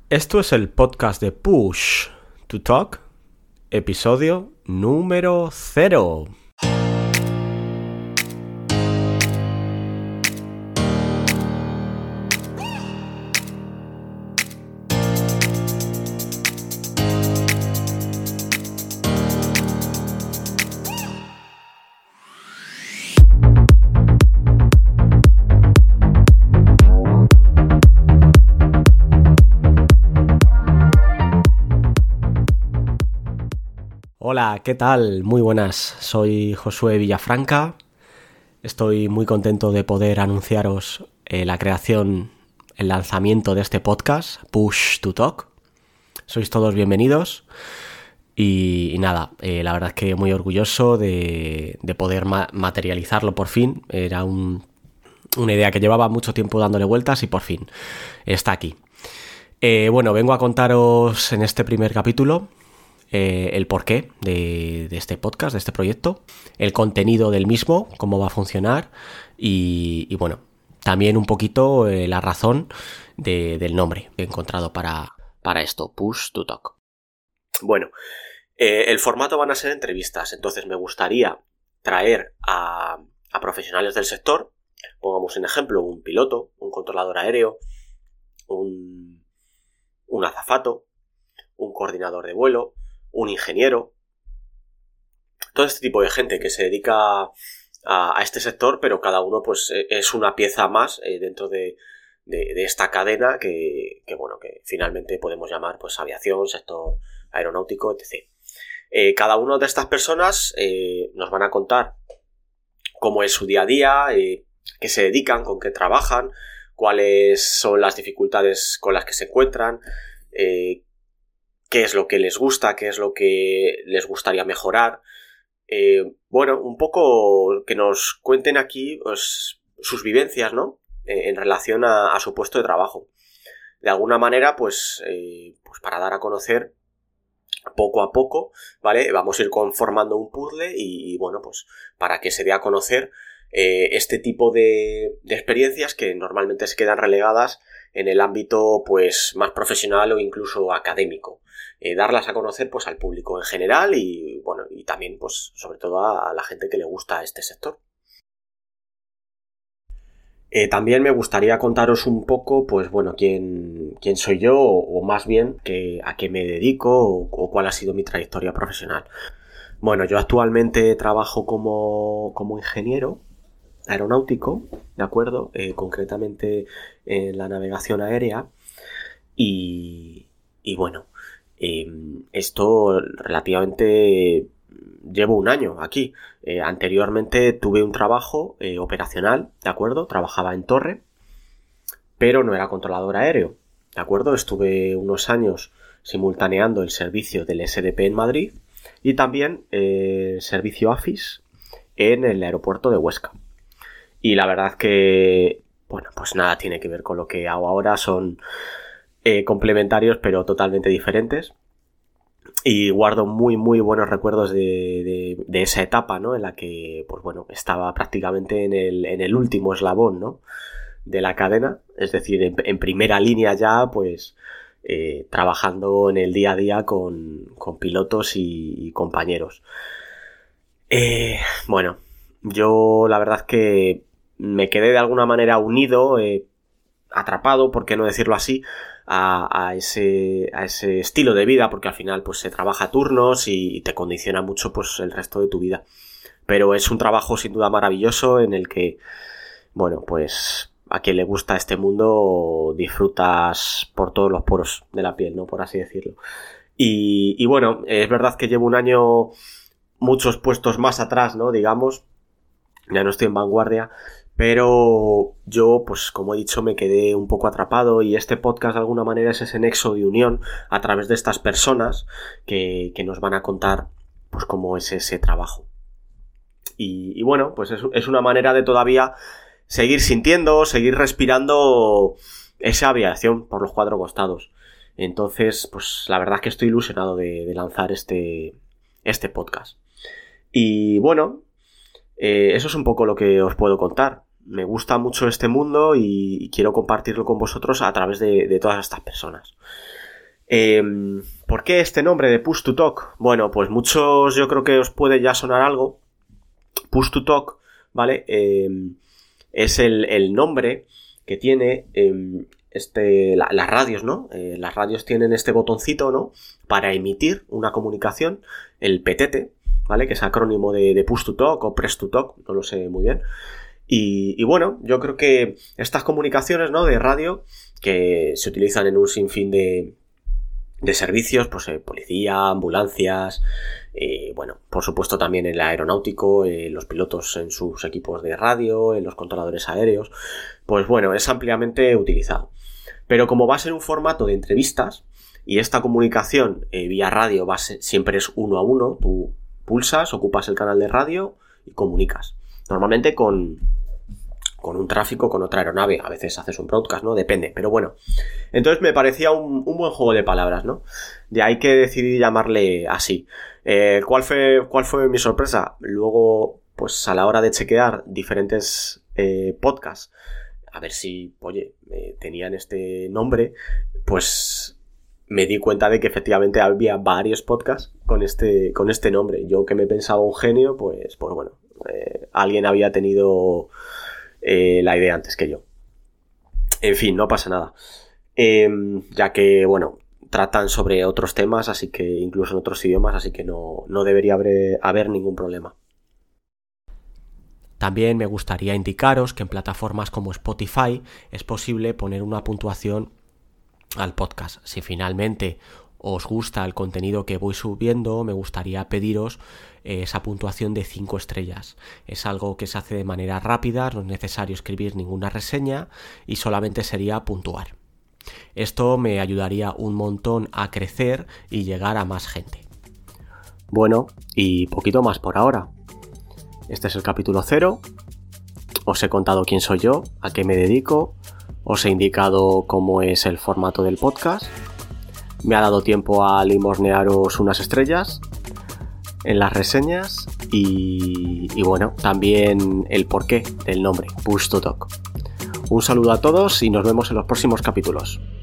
Esto es el podcast de Push to Talk, episodio número 0. Hola, ¿qué tal? Muy buenas, soy Josué Villafranca. Estoy muy contento de poder anunciaros el lanzamiento de este podcast, Push to Talk. Sois todos bienvenidos y nada, la verdad es que muy orgulloso de poder materializarlo por fin. Era una idea que llevaba mucho tiempo dándole vueltas y por fin está aquí. Vengo a contaros en este primer capítulo el porqué de este podcast, de este proyecto, el contenido del mismo, cómo va a funcionar y bueno, también un poquito la razón del nombre que he encontrado para esto, Push to Talk. Bueno, el formato van a ser entrevistas, entonces me gustaría traer a profesionales del sector. Pongamos un ejemplo, un piloto, un controlador aéreo, un azafato, un coordinador de vuelo, un ingeniero, todo este tipo de gente que se dedica a este sector, pero cada uno pues es una pieza más dentro de esta cadena que finalmente podemos llamar pues aviación, sector aeronáutico, etc. Cada una de estas personas nos van a contar cómo es su día a día, qué se dedican, con qué trabajan, cuáles son las dificultades con las que se encuentran, qué es lo que les gusta, qué es lo que les gustaría mejorar. Un poco que nos cuenten aquí pues, sus vivencias, ¿no? En relación a su puesto de trabajo. De alguna manera, pues para dar a conocer poco a poco, ¿vale? Vamos a ir conformando un puzzle y pues para que se dé a conocer este tipo de experiencias que normalmente se quedan relegadas en el ámbito pues más profesional o incluso académico. Darlas a conocer pues al público en general y también pues sobre todo a la gente que le gusta este sector. También me gustaría contaros un poco pues quién soy yo o más bien a qué me dedico o cuál ha sido mi trayectoria profesional. Bueno, yo actualmente trabajo como ingeniero aeronáutico, ¿de acuerdo? Concretamente en la navegación aérea esto relativamente llevo un año aquí. Anteriormente tuve un trabajo operacional, ¿de acuerdo? Trabajaba en torre, pero no era controlador aéreo, ¿de acuerdo? Estuve unos años simultaneando el servicio del SDP en Madrid y también el servicio AFIS en el aeropuerto de Huesca. Y la verdad que, pues nada tiene que ver con lo que hago ahora, son complementarios pero totalmente diferentes. Y guardo muy muy buenos recuerdos de esa etapa, ¿no? En la que, estaba prácticamente en el último eslabón, ¿no? De la cadena, es decir, en primera línea ya, pues trabajando en el día a día con pilotos y compañeros. Yo la verdad que me quedé de alguna manera unido, atrapado, por qué no decirlo así, a ese estilo de vida, porque al final pues se trabaja a turnos y te condiciona mucho pues el resto de tu vida. Pero es un trabajo sin duda maravilloso en el que, pues a quien le gusta este mundo disfrutas por todos los poros de la piel, ¿no? Por así decirlo. Y es verdad que llevo un año muchos puestos más atrás, ¿no? Digamos, ya no estoy en vanguardia, pero yo, pues como he dicho, me quedé un poco atrapado y este podcast de alguna manera es ese nexo de unión a través de estas personas que nos van a contar pues cómo es ese trabajo. Y pues es una manera de todavía seguir sintiendo, seguir respirando esa aviación por los cuatro costados. Entonces, pues la verdad es que estoy ilusionado de lanzar este podcast. Y eso es un poco lo que os puedo contar. me gusta mucho este mundo y quiero compartirlo con vosotros a través de todas estas personas. ¿Por qué este nombre de Push to Talk? Bueno, pues muchos yo creo que os puede ya sonar algo. Push to Talk, ¿vale? Es el nombre que tiene las radios, ¿no? Las radios tienen este botoncito, ¿no? Para emitir una comunicación, el PTT, ¿vale? Que es acrónimo de Push to Talk o Press to Talk, no lo sé muy bien. Y bueno, yo creo que estas comunicaciones, ¿no? De radio, que se utilizan en un sinfín de servicios, pues policía, ambulancias, bueno, por supuesto también en el aeronáutico, los pilotos en sus equipos de radio, en los controladores aéreos, pues bueno, es ampliamente utilizado. Pero como va a ser un formato de entrevistas, y esta comunicación vía radio siempre es 1 a 1, tú pulsas, ocupas el canal de radio y comunicas. Normalmente con un tráfico, con otra aeronave, a veces haces un broadcast, ¿no? Depende, pero bueno. Entonces me parecía un buen juego de palabras, ¿no? De ahí que decidí llamarle así. ¿Cuál fue mi sorpresa? Luego, pues a la hora de chequear diferentes podcasts, a ver si, oye, tenían este nombre, pues me di cuenta de que efectivamente había varios podcasts con este nombre. Yo que me pensaba un genio, pues bueno, alguien había tenido la idea antes que yo. En fin, no pasa nada. Ya que, bueno, tratan sobre otros temas, así que incluso en otros idiomas, así que no debería haber ningún problema. También me gustaría indicaros que en plataformas como Spotify es posible poner una puntuación al podcast. Si finalmente os gusta el contenido que voy subiendo, me gustaría pediros esa puntuación de 5 estrellas. Es algo que se hace de manera rápida, no es necesario escribir ninguna reseña y solamente sería puntuar. Esto me ayudaría un montón a crecer y llegar a más gente. Bueno, y poquito más por ahora. Este es el capítulo 0. Os he contado quién soy yo, a qué me dedico, os he indicado cómo es el formato del podcast. Me ha dado tiempo a limosnearos unas estrellas en las reseñas y bueno, también el porqué del nombre, Push to Talk. Un saludo a todos y nos vemos en los próximos capítulos.